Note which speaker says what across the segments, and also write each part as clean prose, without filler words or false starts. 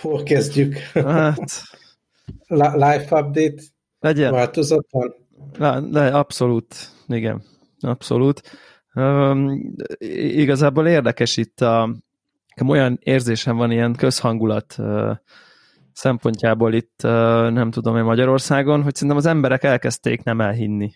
Speaker 1: Hol kezdjük?
Speaker 2: Hát...
Speaker 1: Life update?
Speaker 2: Legyen.
Speaker 1: Változat van?
Speaker 2: Abszolút. Igen. Abszolút. Igazából érdekes itt olyan érzésem van ilyen közhangulat szempontjából itt, nem tudom én Magyarországon, hogy szerintem az emberek elkezdték nem elhinni,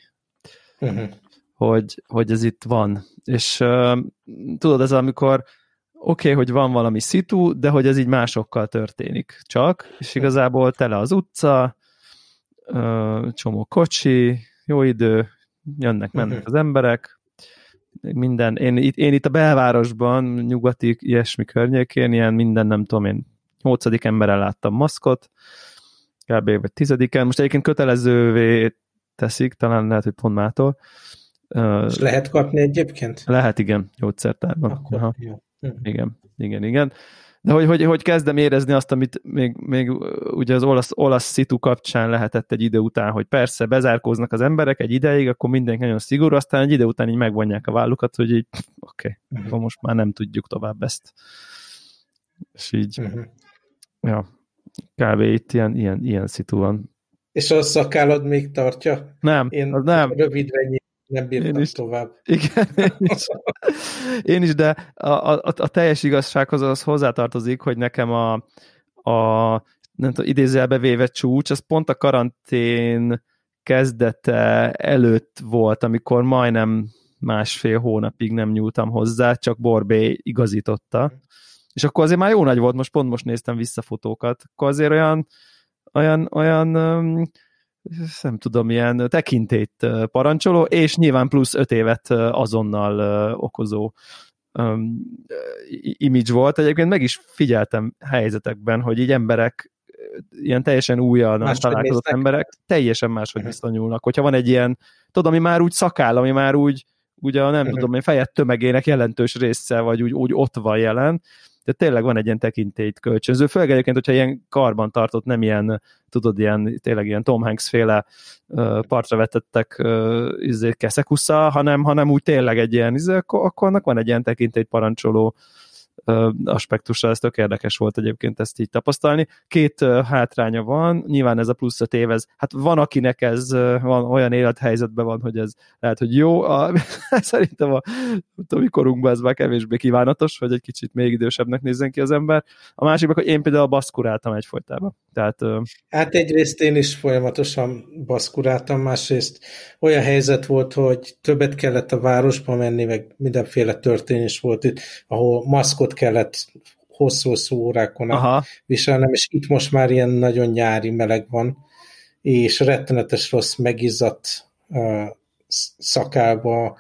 Speaker 2: hogy ez itt van. És tudod, ez amikor oké, hogy van valami szitu, de hogy ez így másokkal történik csak, és igazából tele az utca, csomó kocsi, jó idő, jönnek-mennek az emberek, minden. Én itt a belvárosban, nyugati ilyesmi környékén, ilyen minden, nem tudom én, 8. emberrel láttam maszkot, kb. Vagy 10-en. Most egyébként kötelezővé teszik, talán lehet, hogy pont mától.
Speaker 1: És lehet kapni egyébként?
Speaker 2: Lehet, igen, gyógyszertárban.
Speaker 1: Akkor jó.
Speaker 2: Igen. De hogy kezdem érezni azt, amit még ugye az olasz szitu kapcsán lehetett egy idő után, hogy persze bezárkóznak az emberek egy ideig, akkor mindenki nagyon szigorú, aztán egy idő után így megvonják a vállukat, hogy így oké, akkor most már nem tudjuk tovább ezt. És így ja, kb. Itt ilyen szitu van.
Speaker 1: És a szakállad még tartja?
Speaker 2: Nem,
Speaker 1: Én
Speaker 2: nem.
Speaker 1: Rövidre nem bírtam tovább.
Speaker 2: Igen, én is, de a teljes igazsághoz az hozzátartozik, hogy nekem a nem tudom, idézőjelbe véve csúcs, az pont a karantén kezdete előtt volt, amikor majdnem 1,5 hónapig nem nyúltam hozzá, csak Borbé igazította. És akkor azért már jó nagy volt, most néztem vissza fotókat, akkor azért olyan nem tudom, ilyen tekintélyt parancsoló, és nyilván plusz 5 évet azonnal okozó image volt. Egyébként meg is figyeltem helyzetekben, hogy így emberek, ilyen teljesen újonnan találkozott emberek, teljesen máshogy viszonyulnak. Hogyha van egy ilyen, tudod, ami már úgy szakáll, ami már úgy ugye nem tudom, én fejed tömegének jelentős része, vagy úgy ott van jelen, de tényleg van egy ilyen tekintélyt kölcsönző. Főleg egyébként, hogyha ilyen karban tartott, nem ilyen, tudod, tényleg ilyen Tom Hanks-féle partra vetettek keszekusza, hanem úgy tényleg egy ilyen, akkor annak van egy ilyen tekintélyt parancsoló aspektusra, ez tök érdekes volt egyébként ezt így tapasztalni. 2 hátránya van, nyilván ez a plusz 5 év, hát van, akinek ez van, olyan élethelyzetben van, hogy ez lehet, hogy jó, szerintem a mi korunkban ez már kevésbé kívánatos, hogy egy kicsit még idősebbnek nézzen ki az ember. A másikban, hogy én például baszkuráltam egyfolytában. Tehát,
Speaker 1: hát egyrészt én is folyamatosan baszkuráltam, másrészt olyan helyzet volt, hogy többet kellett a városba menni, meg mindenféle történés volt itt, ahol maszkot kellett hosszú órákon viselnem, és itt most már ilyen nagyon nyári meleg van, és rettenetes rossz megizzadt szakálba,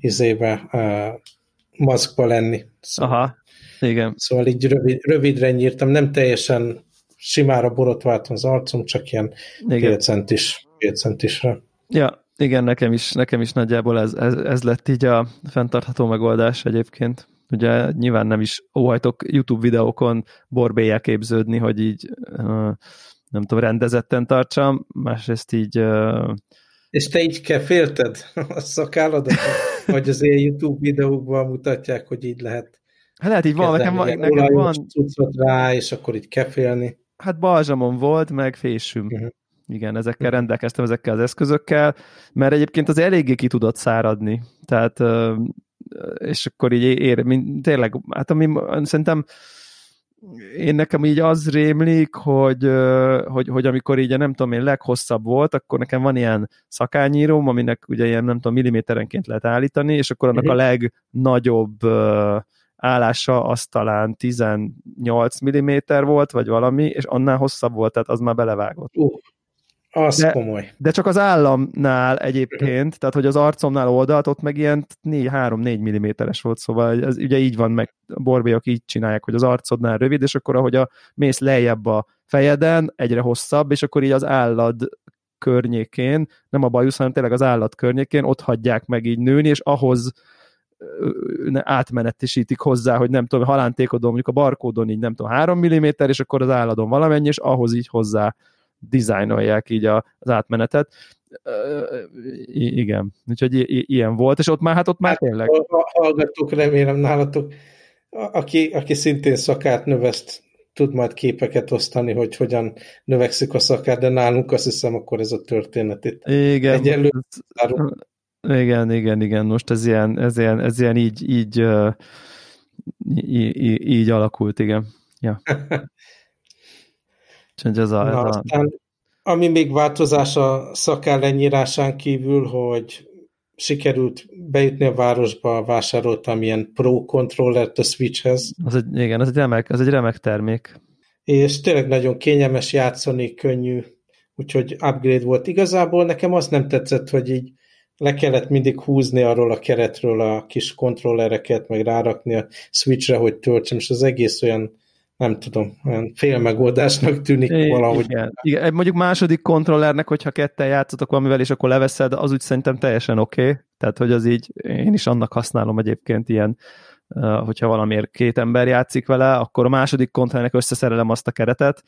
Speaker 1: maszkba lenni.
Speaker 2: Szóval, igen.
Speaker 1: Szóval így rövidre nyírtam, nem teljesen simára borotváltam az arcom, csak ilyen fél centisre.
Speaker 2: Ja, igen, nekem is nagyjából ez lett így a fenntartható megoldás egyébként. Ugye nyilván nem is óhajtok YouTube videókon Borbélyel képződni, hogy így nem tudom, rendezetten tartsam, másrészt így...
Speaker 1: És te így kefélted a szakálladat, vagy az ilyen YouTube videókban mutatják, hogy így lehet.
Speaker 2: Hát lehet így van, nekem van...
Speaker 1: cuccot rá, és akkor így kefélni.
Speaker 2: Hát balzsamon volt, meg fésüm. Igen, ezekkel rendelkeztem, ezekkel az eszközökkel, mert egyébként az eléggé ki tudott száradni. Tehát és akkor így tényleg, hát szerintem nekem így az rémlik, hogy amikor így nem tudom én leghosszabb volt, akkor nekem van ilyen szakányíróm, aminek ugye ilyen nem tudom milliméterenként lehet állítani, és akkor annak a legnagyobb állása az talán 18 mm volt, vagy valami, és annál hosszabb volt, tehát az már belevágott.
Speaker 1: Az komoly.
Speaker 2: De csak az államnál egyébként, tehát hogy az arcomnál oldalt, ott meg ilyen 3-4 mm-es volt, szóval ez ugye így van, meg a borbélyok így csinálják, hogy az arcodnál rövid, és akkor ahogy mész lejjebb a fejeden, egyre hosszabb, és akkor így az állad környékén, nem a bajusz, hanem tényleg az állat környékén, ott hagyják meg így nőni, és ahhoz átmenetesítik hozzá, hogy nem tudom, halántékodon, mondjuk a barkódon így nem tudom, 3 mm, és akkor az álladon valamennyi, és ahhoz így hozzá dizájnolják így az átmenetet. Igen, úgyhogy ilyen volt, és ott már tényleg.
Speaker 1: Hallgatók, remélem nálatok, aki szintén szakát növeszt, tud majd képeket osztani, hogy hogyan növekszik a szakár, de nálunk azt hiszem, akkor ez a történet itt.
Speaker 2: Igen, igen. Most ez ilyen így alakult, igen. Ja.
Speaker 1: Aztán, ami még változás a szakár lenyírásán kívül, hogy sikerült bejutni a városba, vásároltam ilyen Pro kontrollert a Switchhez.
Speaker 2: Az egy remek termék.
Speaker 1: És tényleg nagyon kényelmes játszani, könnyű, úgyhogy upgrade volt. Igazából nekem azt nem tetszett, hogy így le kellett mindig húzni arról a keretről a kis kontrollereket, meg rárakni a Switchre, hogy töltsem, és az egész olyan, nem tudom, olyan félmegoldásnak tűnik valahogy.
Speaker 2: Igen. Mondjuk második kontrollernek, hogyha ketten játszotok valamivel, és akkor leveszed, az úgy szerintem teljesen oké. Tehát, hogy az így, én is annak használom egyébként ilyen, hogyha valamiért két ember játszik vele, akkor a második kontrollernek összeszerelem azt a keretet,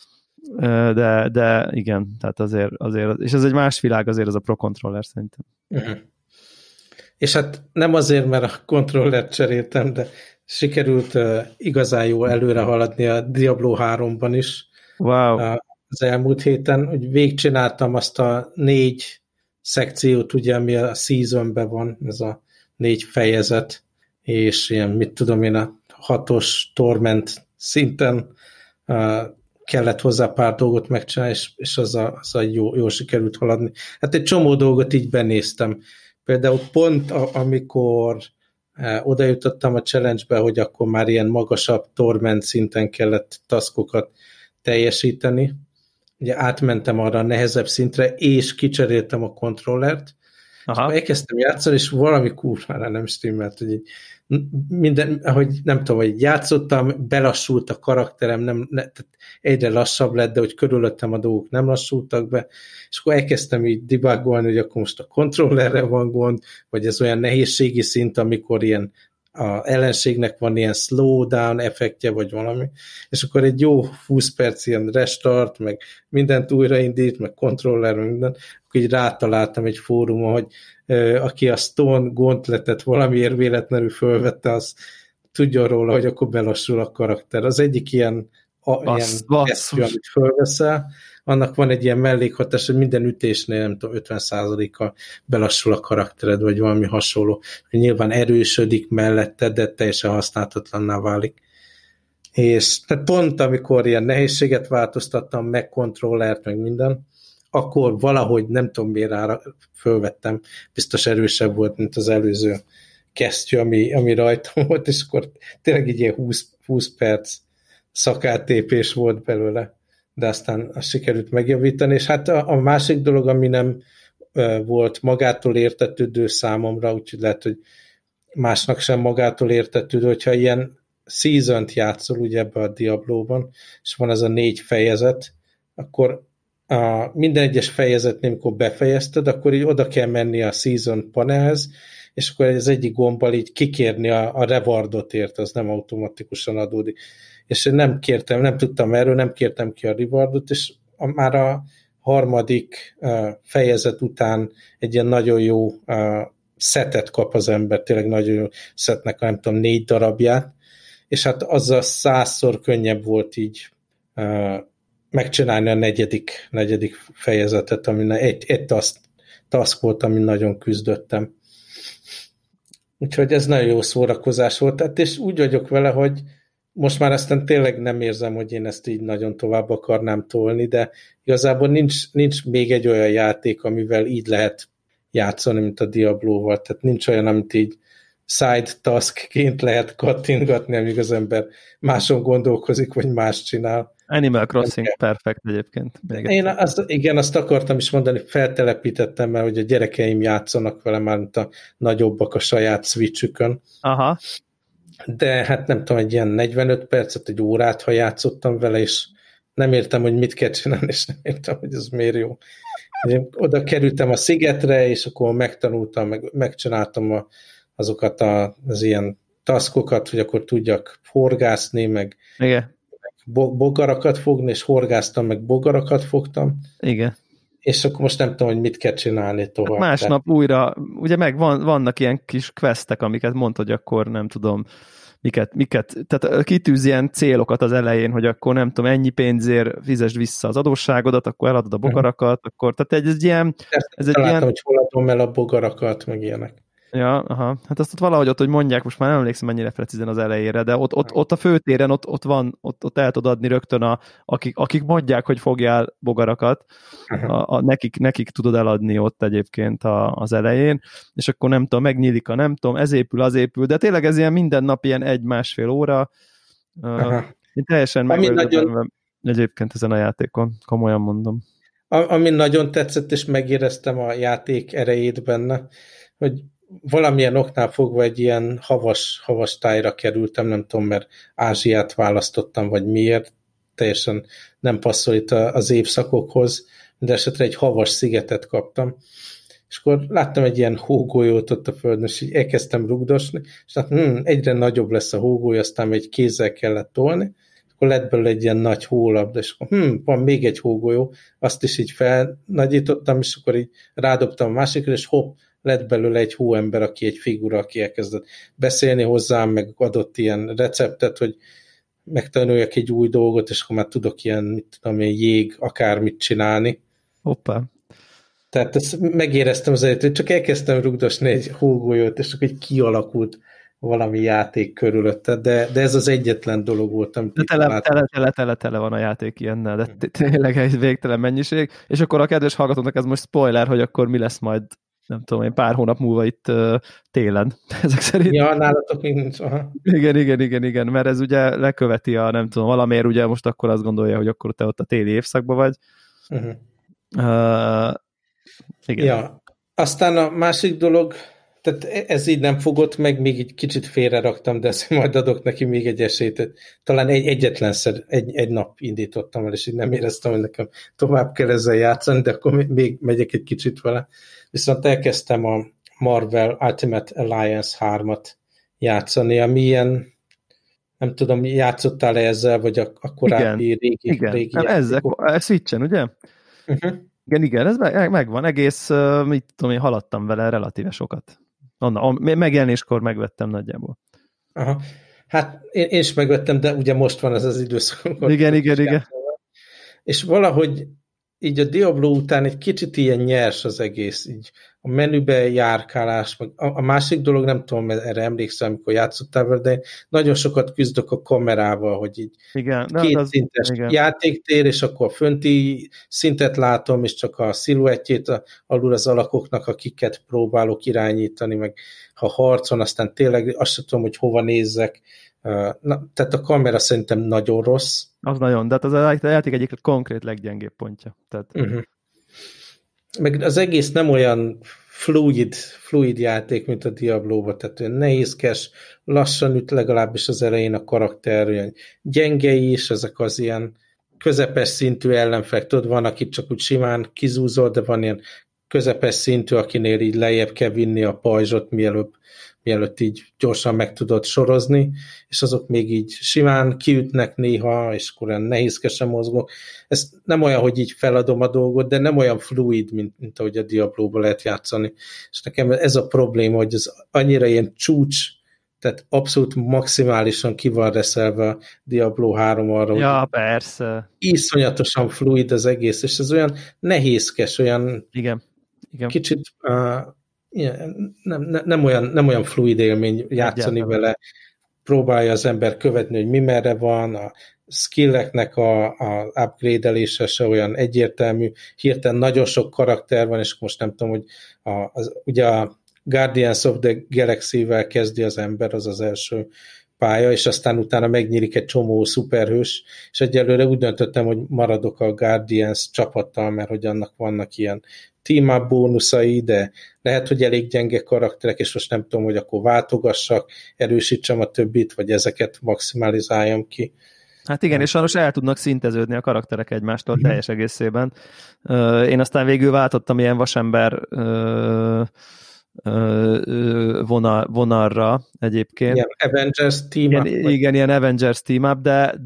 Speaker 2: de igen, tehát azért, és ez egy más világ azért az a Pro Controller szerintem.
Speaker 1: Uh-huh. És hát nem azért, mert a kontrollert cseréltem, de sikerült igazán jó előre haladni a Diablo 3-ban is.
Speaker 2: Wow.
Speaker 1: Az elmúlt héten, hogy végigcsináltam azt a 4 szekciót, ugye, ami a seasonben van, ez a 4 fejezet, és ilyen, mit tudom én, a 6-os torment szinten kellett hozzá pár dolgot megcsinálni, és az a jó sikerült haladni. Hát egy csomó dolgot így benéztem. Például pont amikor oda jutottam a challenge-be, hogy akkor már ilyen magasabb torment szinten kellett taskokat teljesíteni. Ugye átmentem arra a nehezebb szintre, és kicseréltem a kontrollert, és elkezdtem játszani, és valami kurvára nem stimmelt, hogy így minden, ahogy nem tudom, hogy játszottam, belassult a karakterem, tehát egyre lassabb lett, de hogy körülöttem a dolgok nem lassultak be, és akkor elkezdtem így debugolni, hogy akkor most a kontrollerre van gond, vagy ez olyan nehézségi szint, amikor ilyen a ellenségnek van ilyen slowdown effektje, vagy valami, és akkor egy jó 20 perc ilyen restart, meg mindent újraindít, meg kontroller, meg minden, akkor így rátaláltam egy fórumon, hogy aki a Stone Gauntletet valamiért véletlenül fölvette, az tudjon róla, hogy akkor belassul a karakter. Az egyik ilyen kesztyű, amit fölveszel, annak van egy ilyen mellékhatás, hogy minden ütésnél, nem tudom, 50%-kal belassul a karaktered, vagy valami hasonló. Nyilván erősödik mellette, de teljesen használhatatlanná válik. És tehát pont amikor ilyen nehézséget változtattam, meg kontrollert, meg minden, akkor valahogy nem tudom miért fölvettem, biztos erősebb volt, mint az előző kesztyű, ami rajta volt, és akkor tényleg így ilyen 20 perc szakáltépés volt belőle, de aztán azt sikerült megjavítani, és hát a másik dolog, ami nem volt magától értetődő számomra, úgyhogy lehet, hogy másnak sem magától értetődő, hogyha ilyen season-t játszol ugye ebbe a Diablóban, és van ez a 4 fejezet, akkor minden egyes fejezetnél, amikor befejezted, akkor így oda kell menni a season panelhez, és akkor az egyik gombbal így kikérni a rewardot ért, az nem automatikusan adódik. És én nem tudtam erről, nem kértem ki a rewardot, és már a harmadik fejezet után egy ilyen nagyon jó szetet kap az ember, tényleg nagyon jó szetnek, nem tudom, 4 darabját, és hát azzal 100-szor könnyebb volt így megcsinálni a negyedik fejezetet, amin egy task volt, amin nagyon küzdöttem. Úgyhogy ez nagyon jó szórakozás volt. Tehát, és úgy vagyok vele, hogy most már aztán tényleg nem érzem, hogy én ezt így nagyon tovább akarnám tolni, de igazából nincs még egy olyan játék, amivel így lehet játszani, mint a Diablóval. Tehát nincs olyan, amit így side taskként lehet kattintgatni, amíg az ember máson gondolkozik, vagy más csinál.
Speaker 2: Animal Crossing perfekt egyébként.
Speaker 1: Én azt akartam is mondani, feltelepítettem, mert hogy a gyerekeim játszanak vele már, mint a nagyobbak a saját Switchükön.
Speaker 2: Aha.
Speaker 1: De hát nem tudom, egy ilyen 45 percet, egy órát, ha játszottam vele, és nem értem, hogy mit kell csinálni, és nem értem, hogy ez miért jó. Én oda kerültem a szigetre, és akkor megtanultam, megcsináltam azokat az ilyen taskokat, hogy akkor tudjak horgászni, meg bogarakat fogni, és horgáztam, meg bogarakat fogtam.
Speaker 2: Igen.
Speaker 1: És akkor most nem tudom, hogy mit kell csinálni tovább. Hát
Speaker 2: másnap újra, ugye vannak ilyen kis questek, amiket mondta, hogy akkor nem tudom, tehát kitűz ilyen célokat az elején, hogy akkor nem tudom, ennyi pénzért fizesd vissza az adósságodat, akkor eladod a bogarakat, akkor, tehát ez egy ilyen...
Speaker 1: Találtam, hogy hol adom el a bogarakat, meg ilyenek.
Speaker 2: Ja, aha. Hát azt ott valahogy ott, hogy mondják, most már nem emlékszem mennyire precízen az elejére, de ott a főtéren, ott el tudod adni rögtön akik mondják, hogy fogjál bogarakat, nekik tudod eladni ott egyébként az elején, és akkor nem tudom, megnyílik a nem tudom, ez épül, az épül, de tényleg ez ilyen minden nap ilyen 1-1,5 óra. Én teljesen megölődöm egyébként ezen a játékon, komolyan mondom.
Speaker 1: Ami nagyon tetszett, és megéreztem a játék erejét benne, hogy valamilyen oknál fogva egy ilyen havas tájra kerültem, nem tudom, mert Ázsiát választottam, vagy miért, teljesen nem passzol itt az évszakokhoz, de esetre egy havas szigetet kaptam, és akkor láttam egy ilyen hógolyót ott a földön, és így elkezdtem rugdosni, és hát egyre nagyobb lesz a hógolyó, aztán egy kézzel kellett tolni, akkor lett belőle egy ilyen nagy hólabda, és akkor van még egy hógolyó, azt is így felnagyítottam, és akkor így rádobtam a másikra, és hopp, lett belőle egy hóember, aki egy figura, aki elkezdett beszélni hozzám, meg adott ilyen receptet, hogy megtanuljak egy új dolgot, és akkor már tudok ilyen, mit tudom én, jég, akármit csinálni.
Speaker 2: Hoppá.
Speaker 1: Tehát ezt megéreztem az előtt, hogy csak elkezdtem rugdosni egy hógolyót, és akkor egy kialakult valami játék körülötte, de ez az egyetlen dolog volt, amit
Speaker 2: tele van a játék ilyennel, de tényleg egy végtelen mennyiség, és akkor a kedves hallgatóknak ez most spoiler, hogy akkor mi lesz majd, nem tudom én, pár hónap múlva itt télen. Ezek szerint.
Speaker 1: Ja, nálatok még nincs. Aha.
Speaker 2: Igen, mert ez ugye leköveti a, nem tudom, valamiért ugye most akkor azt gondolja, hogy akkor te ott a téli évszakban vagy.
Speaker 1: Igen. Ja. Aztán a másik dolog, tehát ez így nem fogott meg, még egy kicsit félre raktam, de ezt majd adok neki még egy esélyt. Talán egyetlenszer egy nap indítottam el, és így nem éreztem, hogy nekem tovább kell ezzel játszani, de akkor még megyek egy kicsit vele. Viszont elkezdtem a Marvel Ultimate Alliance 3-at játszani, ami ilyen, nem tudom, játszottál-e ezzel, vagy a korábbi régi
Speaker 2: ezek, Switchen, ugye? Igen, ez megvan, egész, mit tudom én, haladtam vele relatíve sokat. Megjelenéskor megvettem nagyjából.
Speaker 1: Aha. Hát én is megvettem, de ugye most van ez az időszak.
Speaker 2: Igen.
Speaker 1: És valahogy így a Diablo után egy kicsit ilyen nyers az egész, így a menübe járkálás, meg a másik dolog, nem tudom, erre emlékszem, amikor játszottál vele, de nagyon sokat küzdök a kamerával, hogy így kétszintes játéktér, és akkor a fönti szintet látom, és csak a sziluettjét alul az alakoknak, akiket próbálok irányítani, meg ha harcon, aztán tényleg azt sem tudom, hogy hova nézzek. Tehát a kamera szerintem nagyon rossz.
Speaker 2: Az nagyon, de az a játék egyik konkrét leggyengébb pontja. Tehát...
Speaker 1: Meg az egész nem olyan fluid játék, mint a Diablo-ban, tehát olyan nehézkes, lassan üt legalábbis az elején a karakter, olyan gyengei is, ezek az ilyen közepes szintű ellenfelek, tudod, van, akit csak úgy simán kizúzol, de van ilyen közepes szintű, akinél így lejjebb kell vinni a pajzsot, mielőtt így gyorsan meg tudod sorozni, és azok még így simán kiütnek néha, és akkor olyan nehézkesen mozgok. Ez nem olyan, hogy így feladom a dolgot, de nem olyan fluid, mint ahogy a Diablo-ba lehet játszani. És nekem ez a probléma, hogy ez annyira ilyen csúcs, tehát abszolút maximálisan ki van reszelve a Diablo 3 arra,
Speaker 2: ja, persze.
Speaker 1: Iszonyatosan fluid az egész, és ez olyan nehézkes, olyan
Speaker 2: igen.
Speaker 1: Kicsit nem olyan fluid élmény játszani vele, próbálja az ember követni, hogy mi merre van, a skilleknek a upgrade-elése se olyan egyértelmű, hirtelen nagyon sok karakter van, és most nem tudom, hogy ugye a Guardians of the Galaxy-vel kezdi az ember, az az első pálya, és aztán utána megnyílik egy csomó szuperhős, és egyelőre úgy döntöttem, hogy maradok a Guardians csapattal, mert hogy annak vannak ilyen team-up bónuszai, de lehet, hogy elég gyenge karakterek, és most nem tudom, hogy akkor váltogassak, erősítsem a többit, vagy ezeket maximalizáljam ki.
Speaker 2: Hát igen, és sajnos el tudnak szinteződni a karakterek egymástól teljes egészében. Én aztán végül váltottam ilyen vasember vonalra egyébként.
Speaker 1: Ilyen Avengers team-up.
Speaker 2: Igen, ilyen Avengers team-up,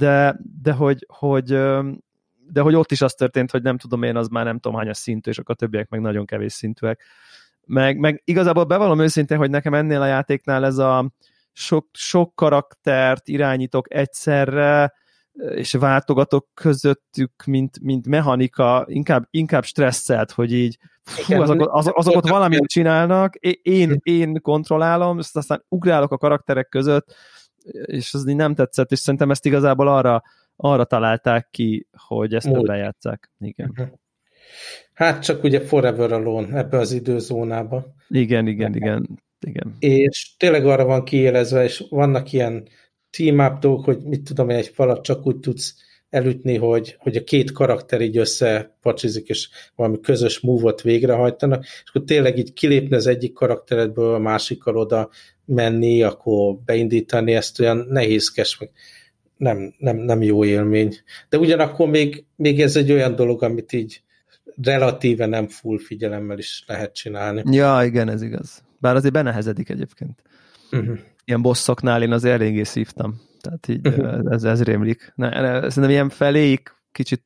Speaker 2: de hogy ott is az történt, hogy nem tudom én, az már nem tudom hányas szintű, és akkor a többiek meg nagyon kevés szintűek. Meg igazából bevallom őszintén, hogy nekem ennél a játéknál ez a sok karaktert irányítok egyszerre, és váltogatok közöttük, mint mechanika, inkább stresszelt, hogy így azokat valamit csinálnak, én kontrollálom, aztán ugrálok a karakterek között, és az így nem tetszett, és szerintem ezt igazából arra találták ki, hogy ezt többen játsszák. Igen.
Speaker 1: Hát csak ugye Forever Alone ebbe az időzónába.
Speaker 2: Igen.
Speaker 1: És tényleg arra van kiélezve, és vannak ilyen team-up dolgok, hogy mit tudom, egy falat csak úgy tudsz elütni, hogy a két karakter így összepacsizik, és valami közös move-ot végrehajtanak, és akkor tényleg így kilépni az egyik karakteredből, a másikkal oda menni, akkor beindítani, ezt olyan nehézkes, meg nem jó élmény. De ugyanakkor még ez egy olyan dolog, amit így relatíve nem full figyelemmel is lehet csinálni.
Speaker 2: Ja, igen, ez igaz. Bár azért benehezedik egyébként. Ilyen bosszoknál én azért eléggé szívtam. Tehát így ez rémlik. Szerintem ilyen feléig kicsit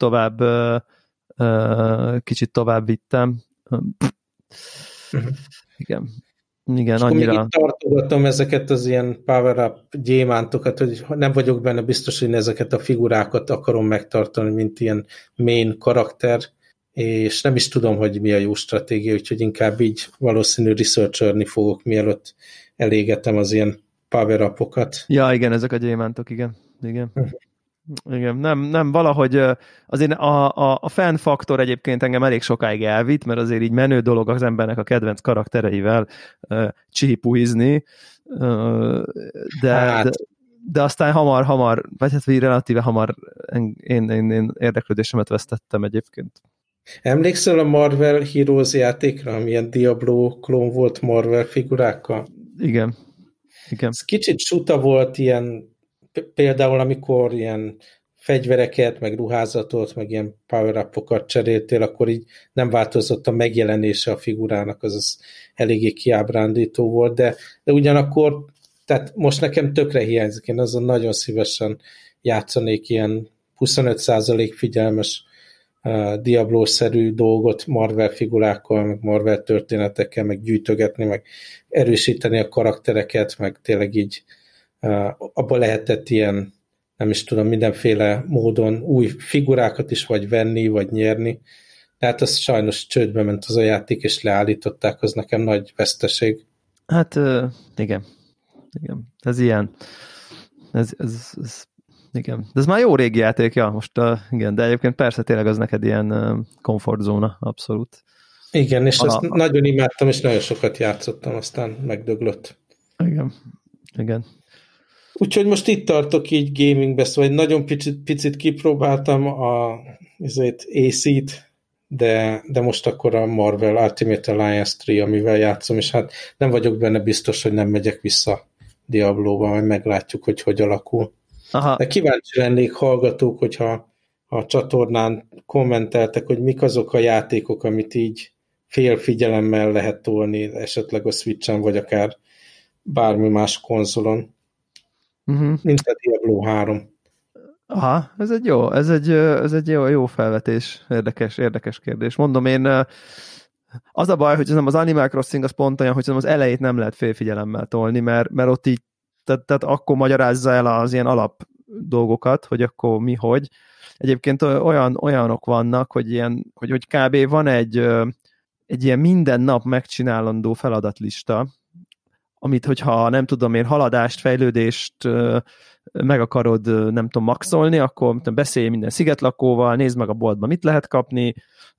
Speaker 2: tovább vittem. Igen. Igen, annyira.
Speaker 1: Még itt tartogatom ezeket az ilyen power-up gyémántokat, hogy nem vagyok benne biztos, hogy ezeket a figurákat akarom megtartani, mint ilyen main karakter, és nem is tudom, hogy mi a jó stratégia, úgyhogy inkább így valószínű researcherni fogok, mielőtt elégetem az ilyen power-upokat.
Speaker 2: Ja, igen, ezek a gyémántok, igen. Igen, nem, valahogy azért a fan faktor egyébként engem elég sokáig elvitt, mert azért így menő dolog az embernek a kedvenc karaktereivel csípuhizni, de aztán hamar, vagy hát relatíve hamar én érdeklődésemet vesztettem egyébként.
Speaker 1: Emlékszel a Marvel Heroes játékra, amilyen Diablo klón volt Marvel figurákkal?
Speaker 2: Igen.
Speaker 1: Ez kicsit suta volt ilyen, például amikor ilyen fegyvereket, meg ruházatot, meg ilyen power-upokat cseréltél, akkor így nem változott a megjelenése a figurának, az eléggé kiábrándító volt, de ugyanakkor, tehát most nekem tökre hiányzik, én azon nagyon szívesen játszanék ilyen 25% figyelmes Diablo-szerű dolgot Marvel figurákkal, meg Marvel történetekkel, meg gyűjtögetni, meg erősíteni a karaktereket, meg tényleg így abban lehetett ilyen, nem is tudom, mindenféle módon új figurákat is vagy venni, vagy nyerni. Tehát az sajnos csődbe ment az a játék, és leállították, az nekem nagy veszteség.
Speaker 2: Hát igen. Ez ilyen. Ez igen. De ez már jó régi játék, ja, most igen, de egyébként persze tényleg az neked ilyen komfortzóna, abszolút.
Speaker 1: Igen, és azt nagyon imádtam, és nagyon sokat játszottam, aztán megdöglött.
Speaker 2: Igen.
Speaker 1: Úgyhogy most itt tartok így gamingbe, szóval nagyon picit kipróbáltam az AC-t, de most akkor a Marvel Ultimate Alliance 3, amivel játszom, és hát nem vagyok benne biztos, hogy nem megyek vissza Diablóba, majd meglátjuk, hogy alakul. Aha. De kíváncsi lennék, hallgatók, hogyha a csatornán kommenteltek, hogy mik azok a játékok, amit így fél figyelemmel lehet tolni, esetleg a Switchen, vagy akár bármi más konzolon. Mint a Diablo 3.
Speaker 2: Aha, ez egy jó felvetés, érdekes kérdés. Mondom én, az a baj, hogy az Animal Crossing az pont olyan, hogy az elejét nem lehet félfigyelemmel tolni, mert ott így, tehát akkor magyarázza el az ilyen alap dolgokat, hogy akkor mi, hogy. Egyébként olyanok vannak, hogy kb. Van egy ilyen minden nap megcsinálandó feladatlista, amit, hogyha nem tudom én, haladást, fejlődést meg akarod, nem tudom, maxolni, akkor beszélj minden szigetlakóval, nézd meg a boltban, mit lehet kapni,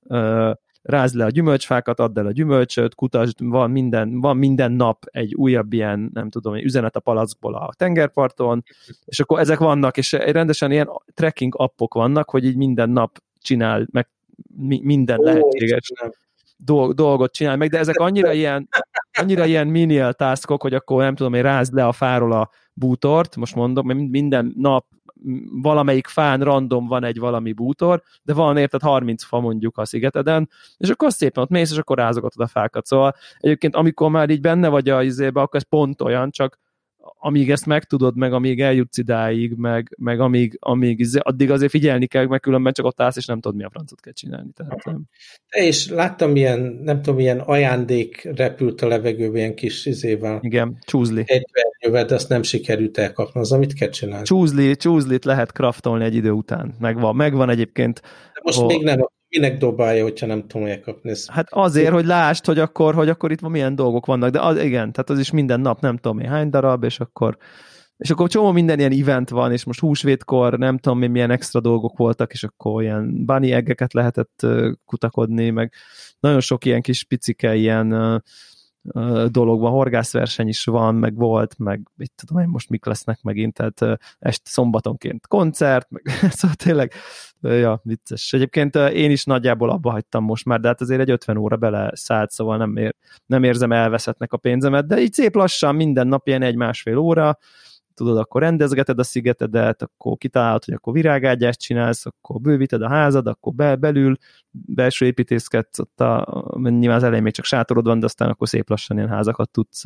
Speaker 2: rázd le a gyümölcsfákat, add el a gyümölcsöt, kutasd, van minden nap egy újabb ilyen, nem tudom, üzenet a palackból a tengerparton, és akkor ezek vannak, és rendesen ilyen tracking appok vannak, hogy így minden nap csinál meg minden lehetséges dolgot csinál meg, de ezek annyira ilyen menial taskok, hogy akkor nem tudom, hogy rázd le a fáról a bútort, most mondom, mert minden nap valamelyik fán random van egy valami bútor, de van érted 30 fa mondjuk a szigeteden, és akkor szépen ott mész, és akkor rázogatod a fákat. Szóval egyébként amikor már így benne vagy a izébe, akkor ez pont olyan, csak amíg ezt megtudod, meg amíg eljutsz idáig, meg amíg addig azért figyelni kell, meg különben csak ott állsz, és nem tudod, mi a francot kell csinálni. Tehát,
Speaker 1: és láttam ilyen, nem tudom, ilyen ajándék repült a levegőben, ilyen kis izével.
Speaker 2: Igen, csúzli.
Speaker 1: Egy vernyővel, de azt nem sikerült elkapni, az, amit kell csinálni.
Speaker 2: Csúzlit lehet craftolni egy idő után. Megvan egyébként.
Speaker 1: De most még nem, minek dobálja, hogyha nem tudom elkapni.
Speaker 2: Hát azért, hogy lásd, hogy akkor itt milyen dolgok vannak, de igen, tehát az is minden nap nem tudom én hány darab, és akkor csomó minden ilyen event van, és most húsvétkor nem tudom én milyen extra dolgok voltak, és akkor ilyen bunny eggeket lehetett kutakodni, meg nagyon sok ilyen kis picike ilyen dologban, horgászverseny is van, meg volt, meg mit tudom én most mik lesznek megint, tehát szombatonként koncert, meg szóval tényleg, ja, vicces. Egyébként én is nagyjából abba hagytam most már, de hát azért egy 50 óra bele szállt, szóval nem érzem elveszettnek a pénzemet, de így szép lassan minden nap ilyen 1-1,5 óra, tudod, akkor rendezgeted a szigetedet, akkor kitalálod, hogy akkor virágágyást csinálsz, akkor bővíted a házad, akkor belül belső építészkedsz, ott nyilván az elején még csak sátorod van, de aztán akkor szép lassan ilyen házakat tudsz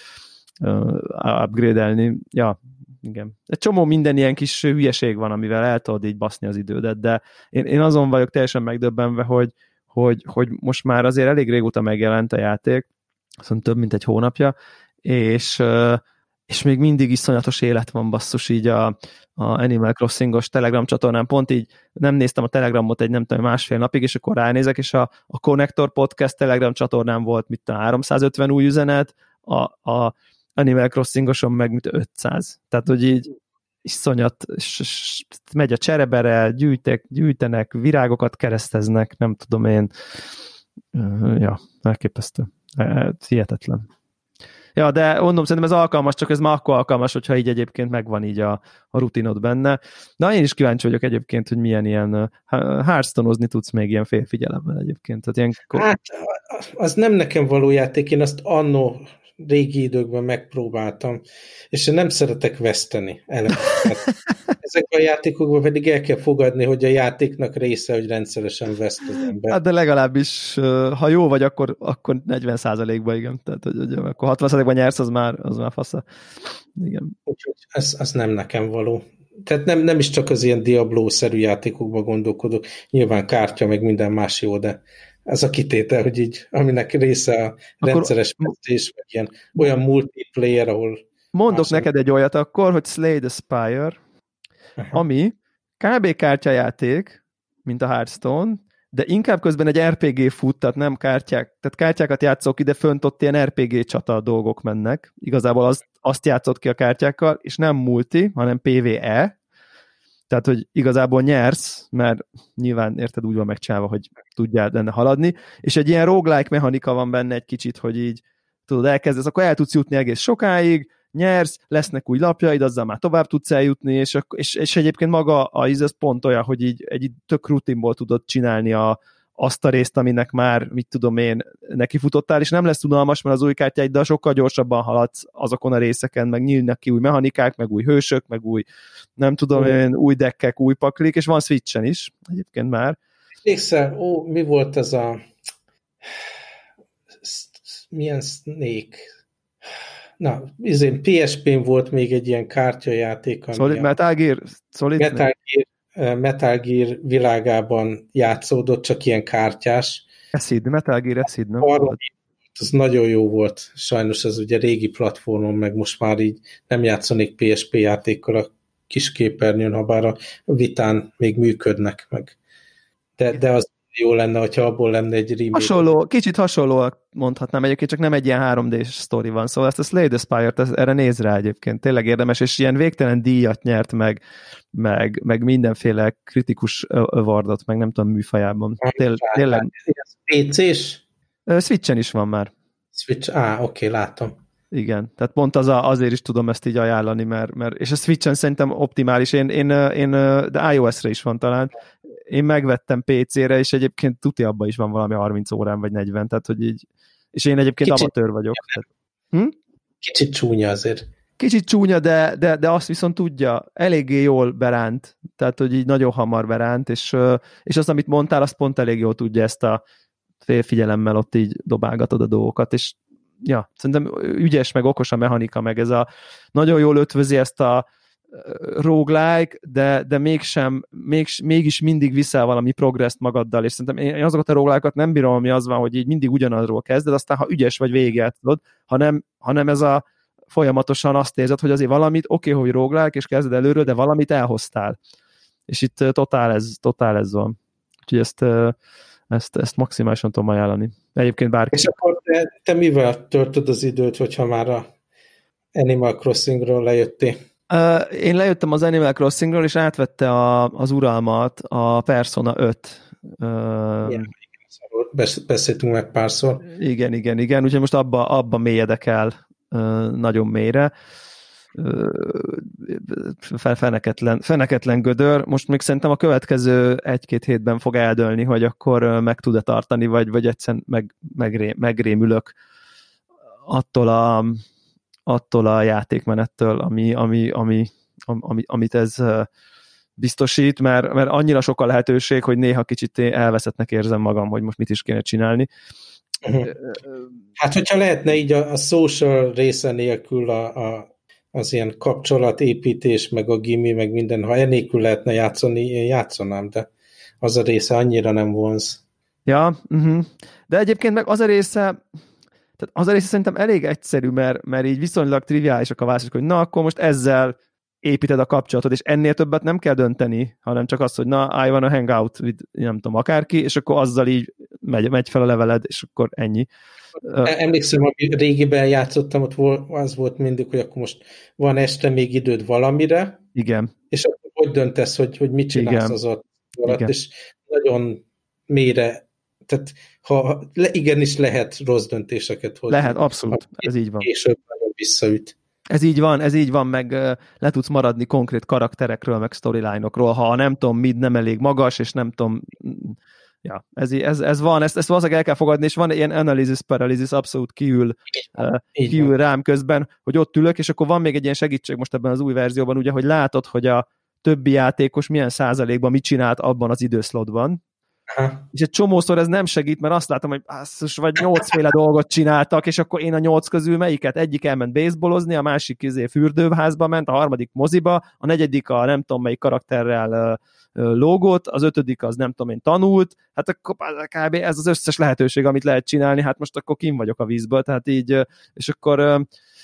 Speaker 2: upgrade-elni. Ja, igen. Egy csomó minden ilyen kis hülyeség van, amivel el tudod így baszni az idődet, de én azon vagyok teljesen megdöbbenve, hogy most már azért elég régóta megjelent a játék, azt több mint egy hónapja, és még mindig iszonyatos élet van, basszus, így a Animal Crossing-os Telegram csatornán, pont így nem néztem a Telegramot egy nem tudom, 1,5 napig, és akkor ránézek, és a Connector Podcast Telegram csatornán volt, mit tudom, 350 új üzenet, a Animal Crossing-oson meg mit 500. Tehát, hogy így iszonyat, és megy a cserebere, gyűjtenek, virágokat kereszteznek, nem tudom én. Ja, elképesztő. Hihetetlen. Ja, de mondom, szerintem ez alkalmas, csak ez már akkor alkalmas, hogyha így egyébként megvan így a rutinod benne. Na, én is kíváncsi vagyok egyébként, hogy milyen ilyen Hearthstone-ozni tudsz még ilyen félfigyelemmel egyébként. Tehát ilyen...
Speaker 1: Hát, az nem nekem való játék, én azt annó régi időkben megpróbáltam, és én nem szeretek veszteni. Ezekben a játékokban pedig el kell fogadni, hogy a játéknak része, hogy rendszeresen veszt az ember.
Speaker 2: Hát de legalábbis, ha jó vagy, akkor 40%-ban, igen. Tehát, hogy akkor 60%-ban nyersz, az már fasza. Igen.
Speaker 1: Úgyhogy ez nem nekem való. Tehát nem is csak az ilyen Diablo-szerű játékokban gondolkodok. Nyilván kártya, meg minden más jó, de ez a kitétel, hogy így, aminek része a rendszeres vesztés, meg ilyen olyan multiplayer, ahol...
Speaker 2: Mondok neked egy olyat akkor, hogy Slay the Spire, ami kb. Kártyajáték, mint a Hearthstone, de inkább közben egy RPG fut, tehát nem kártyák, tehát kártyákat játszok ide, fönt ott ilyen RPG csata dolgok mennek. Igazából azt játszott ki a kártyákkal, és nem multi, hanem PvE, tehát, hogy igazából nyersz, mert nyilván érted úgy van megcsinálva, hogy tudjál benne haladni, és egy ilyen roguelike mechanika van benne egy kicsit, hogy így tudod, elkezdesz, akkor el tudsz jutni egész sokáig, nyersz, lesznek új lapjaid, azzal már tovább tudsz eljutni, és egyébként maga az pont olyan, hogy így egy tök rutinból tudod csinálni azt a részt, aminek már, mit tudom én, nekifutottál, és nem lesz unalmas, mert az új kártyáiddal sokkal gyorsabban haladsz azokon a részeken, meg nyílnak ki új mechanikák, meg új hősök, meg új, nem tudom én, új deckek, új paklik, és van Switchen is, egyébként már.
Speaker 1: Ékszel, mi volt ez a milyen Snake? Na, PSP-n volt még egy ilyen kártyajáték, ami Metal Gear világában játszódott, csak ilyen kártyás.
Speaker 2: Metal Gear Acid, nem?
Speaker 1: Ez nagyon jó volt. Sajnos ez ugye régi platformon, meg most már így nem játszanék PSP játékkal a kis képernyőn, ha bár a Vitán még működnek meg. De az jó lenne, hogyha abból lenne egy remake.
Speaker 2: Kicsit hasonló mondhatnám egyébként, csak nem egy ilyen 3D-s sztori van. Szóval ezt a Slay the Spire-t, erre néz rá egyébként. Tényleg érdemes, és ilyen végtelen díjat nyert meg mindenféle kritikus awardot, meg nem tudom, műfajában. Tényleg.
Speaker 1: PC-s?
Speaker 2: Switchen is van már.
Speaker 1: Switch, oké, látom.
Speaker 2: Igen, tehát pont azért is tudom ezt így ajánlani, mert és a Switchen szerintem optimális. De iOS-re is van talán. Én megvettem PC-re, és egyébként tuti abban is van valami 30 órán, vagy 40, tehát hogy így, és én egyébként amatőr vagyok.
Speaker 1: Kicsit csúnya azért.
Speaker 2: Kicsit csúnya, de azt viszont tudja, eléggé jól beránt, tehát hogy így nagyon hamar beránt, és azt, amit mondtál, azt pont elég jól tudja ezt a félfigyelemmel ott így dobálgatod a dolgokat, és ja, szerintem ügyes, meg okos a mechanika, meg ez a nagyon jól ötvözi ezt a roguelike, de mégis mindig viszel valami progresszt magaddal, és szerintem én azokat a roguelike-ot nem bírom, ami az van, hogy így mindig ugyanazról kezded, aztán ha ügyes vagy végigjátszod, hanem ez a folyamatosan azt érzed, hogy azért valamit, oké, hogy roguelike, és kezded előről, de valamit elhoztál. És itt totál ez van. Úgyhogy ezt maximálisan tudom ajánlani. Egyébként bárki.
Speaker 1: És akkor te mivel töltöd az időt, hogyha már a Animal Crossingról lejöttél?
Speaker 2: Én lejöttem az Animal Crossingról, és átvette az uralmat a Persona 5.
Speaker 1: Beszéltünk meg párszor.
Speaker 2: Igen. Úgyhogy most abba mélyedek el nagyon mélyre. Feneketlen gödör. Most még szerintem a következő 1-2 hétben fog eldőlni, hogy akkor meg tud-e tartani, vagy egyszerűen megrémülök attól a játékmenettől, amit ez biztosít, mert annyira sok a lehetőség, hogy néha kicsit elveszettnek érzem magam, hogy most mit is kéne csinálni.
Speaker 1: Hát, hogyha lehetne így a social része nélkül az ilyen kapcsolatépítés, meg a gimi, meg minden, ha enélkül lehetne játszani, én játszanám, de az a része annyira nem vonz.
Speaker 2: Ja, de egyébként meg az a része szerintem elég egyszerű, mert így viszonylag triviálisak a válaszok, hogy na, akkor most ezzel építed a kapcsolatot, és ennél többet nem kell dönteni, hanem csak az, hogy na, I wanna hang out with, nem tudom, akárki, és akkor azzal így megy fel a leveled, és akkor ennyi.
Speaker 1: Emlékszem, hogy régiben játszottam, ott az volt mindig, hogy akkor most van este még időd valamire,
Speaker 2: igen.
Speaker 1: És akkor hogy döntesz, hogy mit csinálsz az ott alatt, és nagyon mélyre, tehát igenis lehet rossz döntéseket hozni.
Speaker 2: Lehet, abszolút, ez így van.
Speaker 1: Később nagyon visszaüt.
Speaker 2: Ez így van, meg le tudsz maradni konkrét karakterekről, meg storyline-okról, ha nem tudom, mid nem elég magas, és nem tudom, ja, ez van, ezt valószínűleg el kell fogadni, és van ilyen analysis paralysis, abszolút kiül rám közben, hogy ott ülök, és akkor van még egy ilyen segítség most ebben az új verzióban, ugye, hogy látod, hogy a többi játékos milyen százalékban mit csinált abban az időszlotban. Aha. És egy csomószor ez nem segít, mert azt látom, hogy vagy 8 féle dolgot csináltak, és akkor én a 8 közül melyiket? Egyik elment baseballozni, a másik fürdőházba ment, a harmadik moziba, a negyedik a nem tudom melyik karakterrel lógott, az ötödik az nem tudom én tanult, hát akkor kb. Ez az összes lehetőség, amit lehet csinálni, hát most akkor kim vagyok a vízből, tehát így, és akkor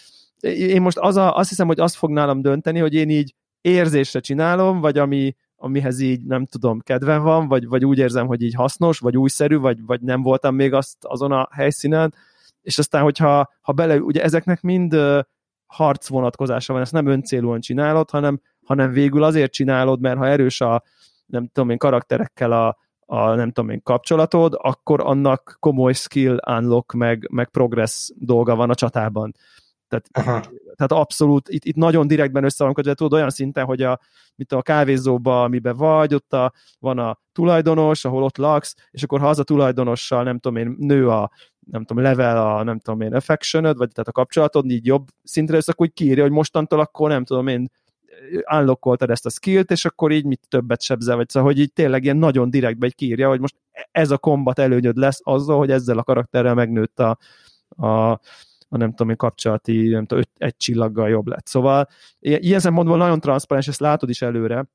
Speaker 2: én most azt hiszem, hogy azt fog nálam dönteni, hogy én így érzésre csinálom, vagy amihez így nem tudom, kedvem van, vagy úgy érzem, hogy így hasznos, vagy újszerű, vagy nem voltam még azon a helyszínen, és aztán, hogyha ugye ezeknek mind harc vonatkozása van, ezt nem öncélúan csinálod, hanem végül azért csinálod, mert ha erős a nem tudom én karakterekkel a nem tudom én kapcsolatod, akkor annak komoly skill unlock meg progress dolga van a csatában. Tehát abszolút, itt nagyon direktben össze van kötve, tudod, olyan szinten, hogy a kávézóba, amiben vagy, ott van a tulajdonos, ahol ott laksz, és akkor ha az a tulajdonossal, nem tudom én, nő a nem tudom, level nem tudom én, affectionöd, vagy tehát a kapcsolatod így jobb szintre össze, akkor úgy kiírja, hogy mostantól akkor nem tudom én, unlockoltad ezt a skillt, és akkor így mit többet sebzel, vagy szóval, hogy így tényleg ilyen nagyon direktben kiírja, hogy most ez a kombat előnyöd lesz azzal, hogy ezzel a karakterrel megnőtt a nem tudom én kapcsolati, nem tudom, egy csillaggal jobb lett. Szóval ilyen szempontból nagyon transzparens, ezt látod is előre,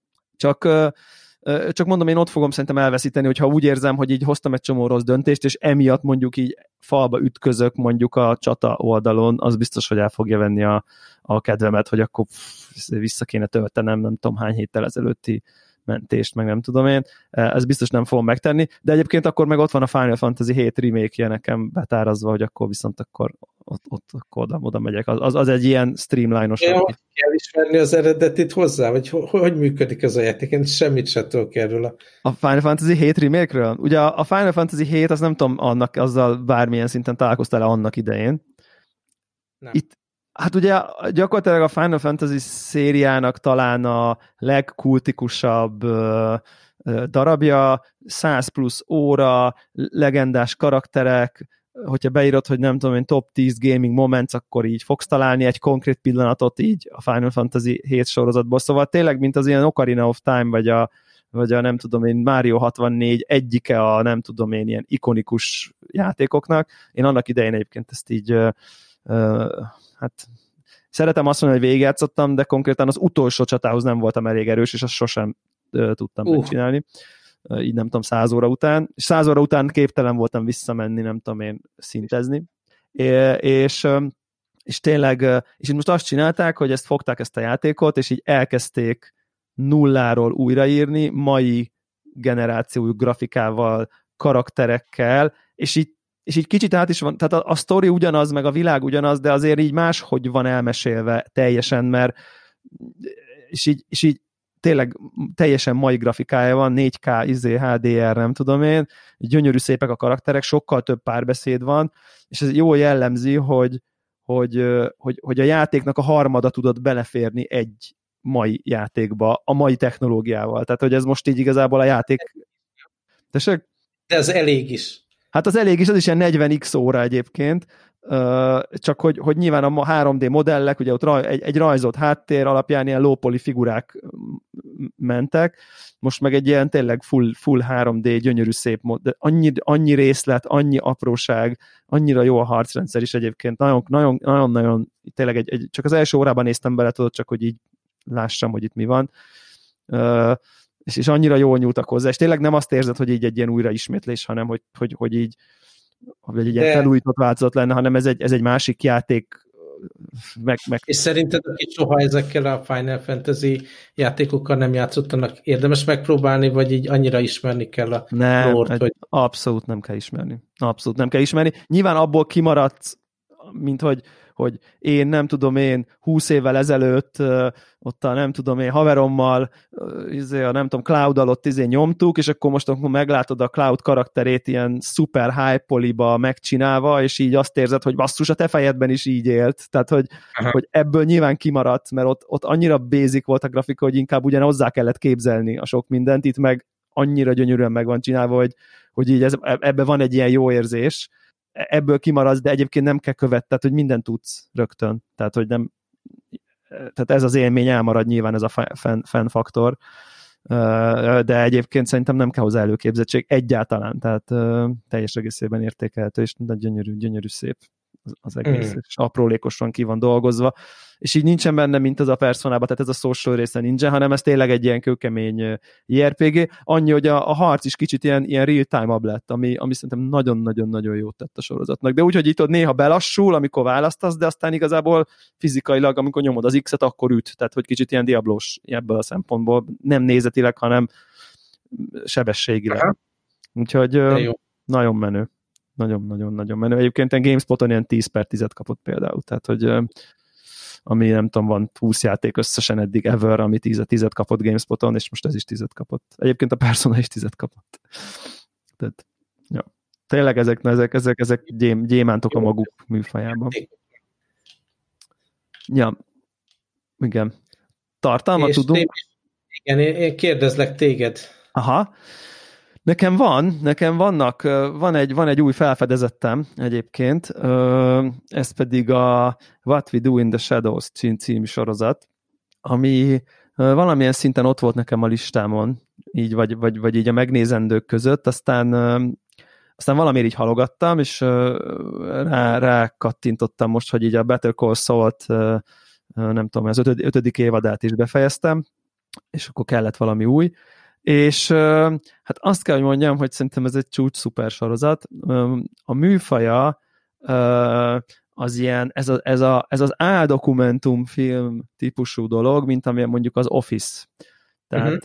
Speaker 2: csak mondom, én ott fogom szerintem elveszíteni, hogyha úgy érzem, hogy így hoztam egy csomó rossz döntést, és emiatt mondjuk így falba ütközök mondjuk a csata oldalon, az biztos, hogy el fogja venni a kedvemet, hogy akkor vissza kéne töltenem, nem tudom hány héttel ezelőtti mentést, meg nem tudom én, ez biztos nem fogom megtenni, de egyébként akkor meg ott van a Final Fantasy 7 remake-je nekem betárazva, hogy akkor viszont akkor oda megyek. Az egy ilyen streamline-os.
Speaker 1: Kell ismerni az eredetit hozzá, vagy hogy működik ez a játék? Én semmit sem tudok erről.
Speaker 2: A Final Fantasy 7 remake-ről? Ugye a Final Fantasy 7, az nem tudom, azzal bármilyen szinten találkoztál annak idején. Nem. Itt hát ugye gyakorlatilag a Final Fantasy szériának talán a legkultikusabb darabja, 100 plusz óra, legendás karakterek, hogyha beírod, hogy nem tudom én top 10 gaming moments, akkor így fogsz találni egy konkrét pillanatot így a Final Fantasy 7 sorozatból, szóval tényleg, mint az ilyen Ocarina of Time, vagy a a nem tudom én Mario 64 egyike a nem tudom én ilyen ikonikus játékoknak. Én annak idején egyébként ezt így hát szeretem azt mondani, hogy végigjátszottam, de konkrétan az utolsó csatához nem voltam elég erős, és azt sosem tudtam megcsinálni. Így nem tudom, 100 óra után. És 100 óra után képtelen voltam visszamenni, nem tudom én szintezni. És tényleg, és itt most azt csinálták, hogy ezt fogták ezt a játékot, és így elkezdték nulláról újraírni, mai generációjú grafikával, karakterekkel, és így kicsit át is van, tehát a sztori ugyanaz, meg a világ ugyanaz, de azért így máshogy van elmesélve teljesen, mert és így tényleg teljesen mai grafikája van, 4K, HDR, nem tudom én, gyönyörű szépek a karakterek, sokkal több párbeszéd van, és ez jól jellemzi, hogy a játéknak a harmada tudott beleférni egy mai játékba, a mai technológiával. Tehát, hogy ez most így igazából a játék... Tessék?
Speaker 1: De ez elég is.
Speaker 2: Hát az elég is, az is ilyen 40x óra egyébként, csak hogy nyilván a 3D modellek, ugye ott egy rajzolt háttér alapján ilyen low-poly figurák mentek, most meg egy ilyen tényleg full 3D, gyönyörű szép modell, annyi részlet, annyi apróság, annyira jó a harcrendszer is egyébként, nagyon tényleg csak az első órában néztem bele, tudod, csak hogy így lássam, hogy itt mi van. És annyira jól nyúltak hozzá, és tényleg nem azt érzed, hogy így egy ilyen újraismétlés, hanem hogy így hogy egy ilyen felújított változat lenne, hanem ez egy másik játék.
Speaker 1: És szerinted, akik soha ezekkel a Final Fantasy játékokkal nem játszottanak, érdemes megpróbálni, vagy így annyira ismerni kell a lore-t? Hogy...
Speaker 2: Abszolút nem kell ismerni. Abszolút nem kell ismerni. Nyilván abból kimaradt, mint hogy én nem tudom én 20 évvel ezelőtt ott a nem tudom én haverommal a nem tudom Cloud alatt nyomtuk, és akkor most akkor meglátod a Cloud karakterét ilyen szuper high polyba megcsinálva, és így azt érzed, hogy basszus, a te fejedben is így élt. Tehát, hogy ebből nyilván kimaradt, mert ott annyira basic volt a grafika, hogy inkább ugyan hozzá kellett képzelni a sok mindent, itt meg annyira gyönyörűen meg van csinálva, hogy így ebben van egy ilyen jó érzés, ebből kimaradsz, de egyébként nem kell tehát hogy mindent tudsz rögtön. Tehát, hogy nem, tehát ez az élmény elmarad nyilván, ez a fan faktor, de egyébként szerintem nem kell hozzá előképzettség egyáltalán, tehát teljes egészében értékelhető, és gyönyörű szép az egész, és aprólékosan ki van dolgozva, és így nincsen benne, mint az a Personában, tehát ez a social része nincsen, hanem ez tényleg egy ilyen kőkemény JRPG, annyi, hogy a harc is kicsit ilyen real-time-abb lett, ami szerintem nagyon-nagyon-nagyon jót tett a sorozatnak, de úgy, hogy itt néha belassul, amikor választasz, de aztán igazából fizikailag, amikor nyomod az X-et, akkor üt, tehát hogy kicsit ilyen Diablos ebből a szempontból, nem nézetileg, hanem sebességileg. Úgyhogy nagyon menő. Nagyon-nagyon-nagyon menő. Egyébként a GameSpoton ilyen 10/10 kapott például, tehát hogy ami nem tudom, van 20 játék összesen eddig ever, ami 10/10 kapott GameSpoton, és most ez is 10 kapott. Egyébként a Persona is 10 kapott. Tehát, ja. Tényleg ezek gyémántok a maguk műfajában. Ja. Igen. Tartalmat tudunk?
Speaker 1: Igen, én kérdezlek téged.
Speaker 2: Aha. Nekem van egy új felfedezettem egyébként, ez pedig a What We Do in the Shadows című sorozat, ami valamilyen szinten ott volt nekem a listámon, így vagy így a megnézendők között, aztán valamiért így halogattam, és rá kattintottam most, hogy így a Better Call Saul-t, nem tudom, az 5. évadát is befejeztem, és akkor kellett valami új, és hát azt kell, hogy mondjam, hogy szerintem ez egy csúcs szuper sorozat. A műfaja az ilyen, ez az áldokumentumfilm típusú dolog, mint amilyen mondjuk az Office. Tehát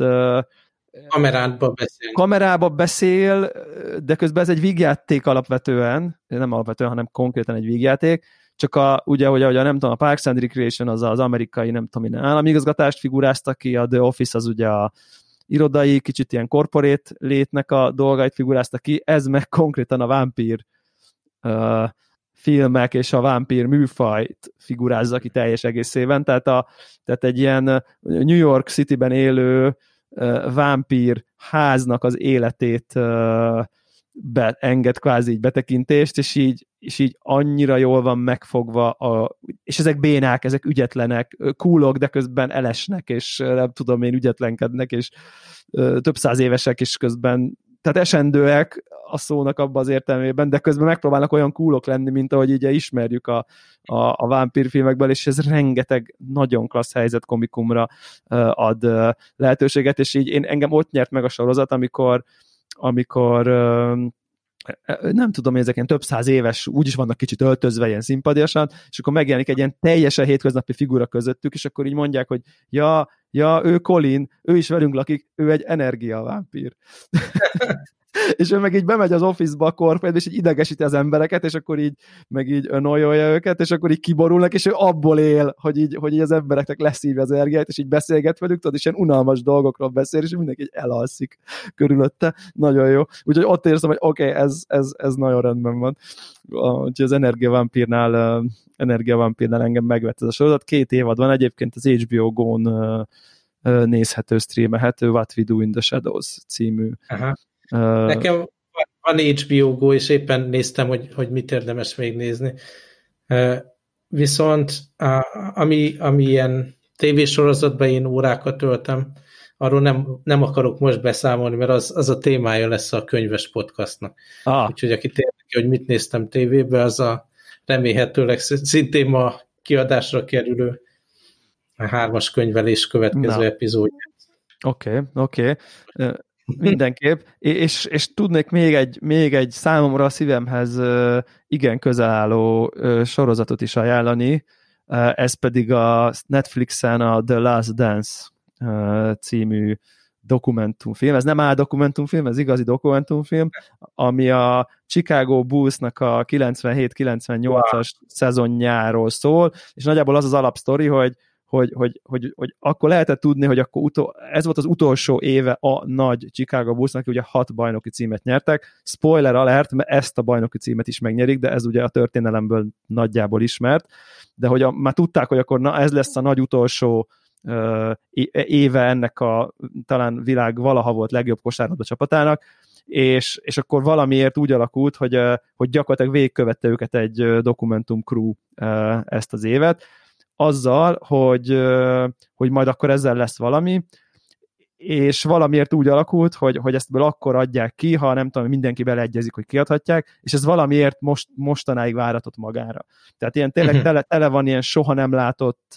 Speaker 2: kamerába beszél, de közben ez egy vígjáték alapvetően, nem alapvetően, hanem konkrétan egy vígjáték, csak ugye, hogy nem tudom, a Parks and Recreation az amerikai, nem tudom, minden államigazgatást figurázta ki, a The Office az ugye a irodai, kicsit ilyen korporét létnek a dolgait figurázta ki, ez meg konkrétan a vámpír filmek és a vámpír műfajt figurázza ki teljes egészében, tehát egy ilyen New York Cityben élő vámpír háznak az életét enged kvázi így betekintést, és így annyira jól van megfogva és ezek bénák, ezek ügyetlenek, coolok, de közben elesnek, és nem tudom én, ügyetlenkednek, és több száz évesek is közben, tehát esendőek a szónak abban az értelmében, de közben megpróbálnak olyan coolok lenni, mint ahogy így ismerjük a vámpírfilmekből, és ez rengeteg nagyon klassz helyzet komikumra ad lehetőséget, és így engem ott nyert meg a sorozat, amikor nem tudom, ezek ilyen több száz éves, úgyis vannak kicsit öltözve ilyen szimpadiasan, és akkor megjelenik egy ilyen teljesen hétköznapi figura közöttük, és akkor így mondják, hogy ja, ő Colin, ő is velünk lakik, ő egy energiavámpír. És ő meg így bemegy az office-ba a korpétbe, és így idegesíti az embereket, és akkor így meg így önolja őket, és akkor így kiborulnak, és ő abból él, hogy így az embereknek leszívja az energiát, és így beszélget velük, tudod, és ilyen unalmas dolgokról beszél, és mindenki így elalszik körülötte. Nagyon jó. Úgyhogy ott érzem, hogy oké, ez nagyon rendben van. Úgyhogy az energiavámpírnál engem megvett ez a sorozat. 2 évad van, egyébként az HBO Go-n nézhető, streamelhető, What We Do in the Shadows című. Aha.
Speaker 1: Nekem van HBO Go, és éppen néztem, hogy mit érdemes még nézni. Viszont ami ilyen tévésorozatban én órákat töltem, arról nem akarok most beszámolni, mert az a témája lesz a könyves podcastnak. Úgyhogy aki érdekel, hogy mit néztem tévébe, az a remélhetőleg szintén ma kiadásra kerülő a 3-as könyvelés következő epizódja.
Speaker 2: Oké. Mindenképp, és tudnék még egy számomra a szívemhez igen közel álló sorozatot is ajánlani, ez pedig a Netflixen a The Last Dance című dokumentumfilm. Ez nem dokumentumfilm, ez igazi dokumentumfilm, ami a Chicago Bulls-nak a 97-98-as szezonjáról szól, és nagyjából az az alapsztori, hogy akkor lehetett tudni, hogy akkor ez volt az utolsó éve a nagy Chicago Bullsnak, ugye 6 bajnoki címet nyertek. Spoiler alert, mert ezt a bajnoki címet is megnyerik, de ez ugye a történelemből nagyjából ismert, de hogy már tudták, hogy akkor ez lesz a nagy utolsó éve ennek a talán világ valaha volt legjobb kosárlabda csapatának, és akkor valamiért úgy alakult, hogy gyakorlatilag végigkövette őket egy dokumentum crew ezt az évet, azzal, hogy majd akkor ezzel lesz valami, és valamiért úgy alakult, hogy ezt akkor adják ki, ha nem tudom, mindenki beleegyezik, hogy kiadhatják, és ez valamiért mostanáig váratott magára. Tehát ilyen tényleg tele van ilyen soha nem látott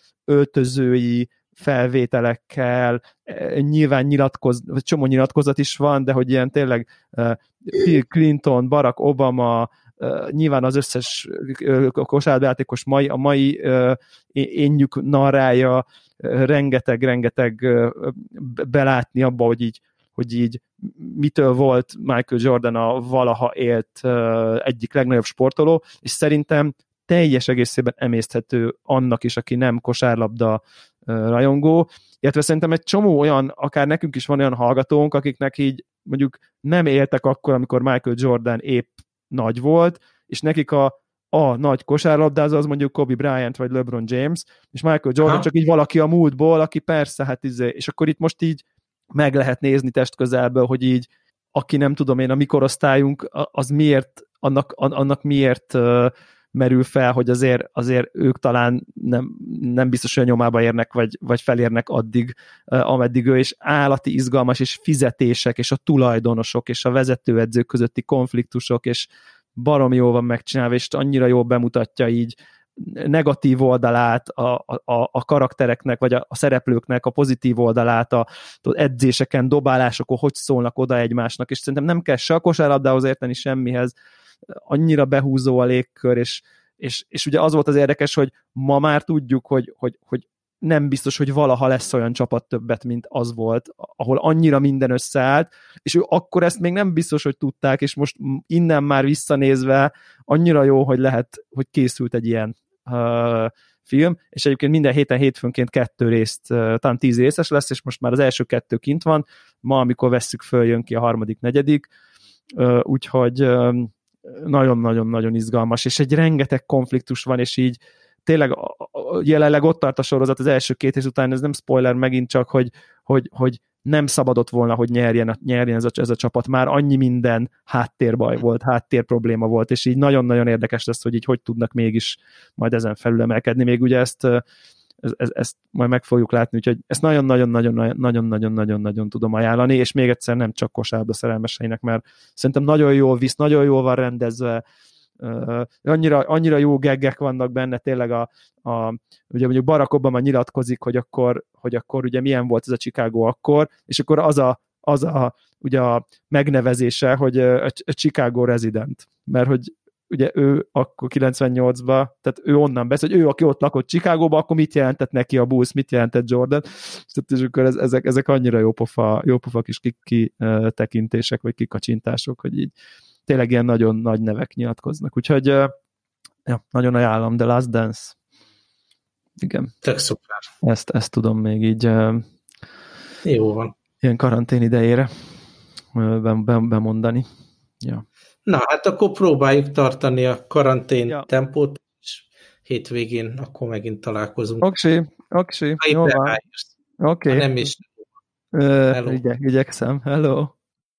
Speaker 2: öltözői felvételekkel, nyilván csomó nyilatkozat is van, de hogy ilyen tényleg Bill Clinton, Barack Obama, nyilván az összes kosárlabdajátékos a mai énjük narrája, rengeteg belátni abba, hogy így mitől volt Michael Jordan a valaha élt egyik legnagyobb sportoló, és szerintem teljes egészében emészthető annak is, aki nem kosárlabda rajongó, illetve szerintem egy csomó olyan, akár nekünk is van olyan hallgatónk, akiknek így mondjuk nem éltek akkor, amikor Michael Jordan épp nagy volt, és nekik a nagy kosárlabdázó az mondjuk Kobe Bryant vagy LeBron James, és Michael Jordan csak így valaki a múltból, aki persze, és akkor itt most így meg lehet nézni testközelből, hogy így, aki nem tudom én, a mi korosztályunk, az miért, annak miért merül fel, hogy azért ők talán nem biztos, hogy a nyomába érnek, vagy felérnek addig, ameddig ő, és állati izgalmas, és fizetések, és a tulajdonosok, és a vezetőedzők közötti konfliktusok, és baromi jól van megcsinálva, és annyira jól bemutatja így negatív oldalát a karaktereknek, vagy a szereplőknek a pozitív oldalát, edzéseken, dobálásokon, hogy szólnak oda egymásnak, és szerintem nem kell se a kosárlabdához érteni semmihez, annyira behúzó a légkör, és ugye az volt az érdekes, hogy ma már tudjuk, hogy nem biztos, hogy valaha lesz olyan csapat többet, mint az volt, ahol annyira minden összeállt, és ő akkor ezt még nem biztos, hogy tudták, és most innen már visszanézve annyira jó, hogy készült egy ilyen film, és egyébként minden hétfőnként 2 részt, talán 10 részes lesz, és most már az első 2 kint van, ma, amikor vesszük föl, jön ki a 3., 4., úgyhogy nagyon-nagyon-nagyon izgalmas, és egy rengeteg konfliktus van, és így tényleg jelenleg ott tart a sorozat az első 2 rész után, ez nem spoiler megint csak, hogy nem szabadott volna, hogy nyerjen ez a csapat. Már annyi minden háttérbaj volt, háttérprobléma volt, és így nagyon-nagyon érdekes lesz, hogy így hogy tudnak mégis majd ezen felül emelkedni. Még ugye ezt majd meg fogjuk látni, úgyhogy ezt nagyon-nagyon-nagyon tudom ajánlani, és még egyszer nem csak kosárlabda szerelmeseinek, mert szerintem nagyon jól visz, nagyon jól van rendezve, annyira jó geggek vannak benne, tényleg ugye mondjuk Barack Obama nyilatkozik, hogy akkor ugye milyen volt ez a Chicago akkor, és akkor az a ugye a megnevezése, hogy a Chicago resident, mert hogy ugye ő akkor 98-ban, tehát ő onnan beszél, hogy ő, aki ott lakott Chicagóban, akkor mit jelentett neki a Bulls, mit jelentett Jordan, és akkor ezek annyira jópofa kis kitekintések, vagy kikacsintások, hogy így tényleg ilyen nagyon nagy nevek nyilatkoznak. Úgyhogy ja, nagyon ajánlom, The Last Dance. Igen.
Speaker 1: Tök szuper.
Speaker 2: Ezt tudom még így
Speaker 1: jó van.
Speaker 2: Ilyen karantén idejére bemondani. Ja.
Speaker 1: Na, hát akkor próbáljuk tartani a karantén tempót, és hétvégén akkor megint találkozunk.
Speaker 2: Oké. Jó van. Oké.
Speaker 1: Nem is.
Speaker 2: Igyekszem. Hello.